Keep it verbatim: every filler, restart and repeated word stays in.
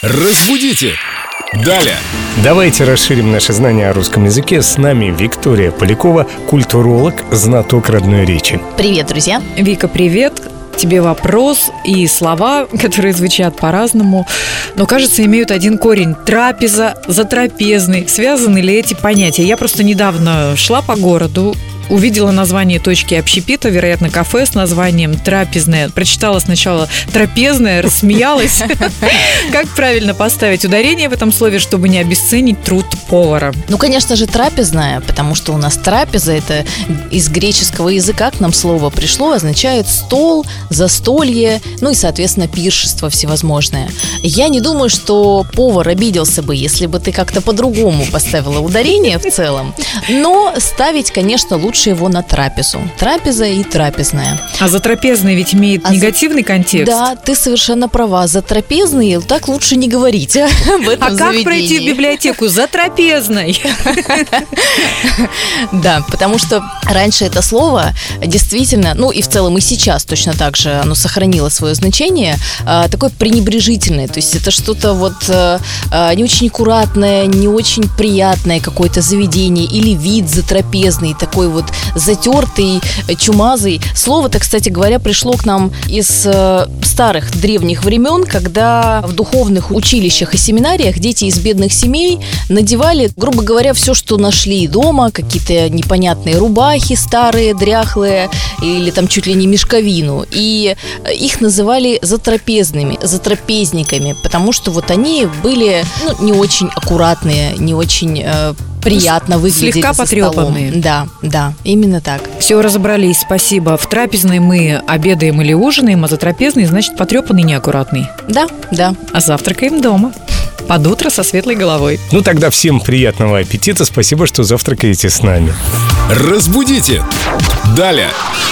Разбудите! Далее! Давайте расширим наше знание о русском языке. С нами Виктория Полякова, культуролог, знаток родной речи. Привет, друзья! Вика, привет! Тебе вопрос и слова, которые звучат по-разному, но, кажется, имеют один корень. Трапеза, затрапезный. Связаны ли эти понятия? Я просто недавно шла по городу, увидела название точки общепита, вероятно, кафе с названием «Трапезное». Прочитала сначала «трапезное», рассмеялась. Как правильно поставить ударение в этом слове, чтобы не обесценить труд повара? Ну, конечно же, трапезная, потому что у нас трапеза – это из греческого языка к нам слово пришло, означает стол, застолье, ну и, соответственно, пиршество всевозможное. Я не думаю, что повар обиделся бы, если бы ты как-то по-другому поставила ударение в целом, но ставить, конечно, лучше его на трапезу. Трапеза и трапезная. А затрапезный ведь имеет А негативный контекст. Да, ты совершенно права. Затрапезные так лучше не говорить об этом А как заведении. пройти в библиотеку затрапезной? Да, потому что раньше это слово действительно, ну и в целом и сейчас точно так же оно сохранило свое значение, такое пренебрежительное. То есть это что-то вот не очень аккуратное, не очень приятное какое-то заведение или вид затрапезный, такой вот затертый, чумазый. Слово-то, кстати говоря, пришло к нам из э, старых древних времен, когда в духовных училищах и семинариях дети из бедных семей надевали, грубо говоря, все, что нашли дома, какие-то непонятные рубахи старые, дряхлые, или там чуть ли не мешковину. И их называли затрапезными, затрапезниками, потому что вот они были, ну, не очень аккуратные, не очень э, приятно выглядели слегка за потрепанные. столом. Да, да, именно так. Все, разобрались, спасибо. В трапезной мы обедаем или ужинаем, а затрапезный, значит, потрепанный, неаккуратный. Да, да. А завтракаем дома. Под утро со светлой головой. Ну тогда всем приятного аппетита. Спасибо, что завтракаете с нами. Разбудите! Далее!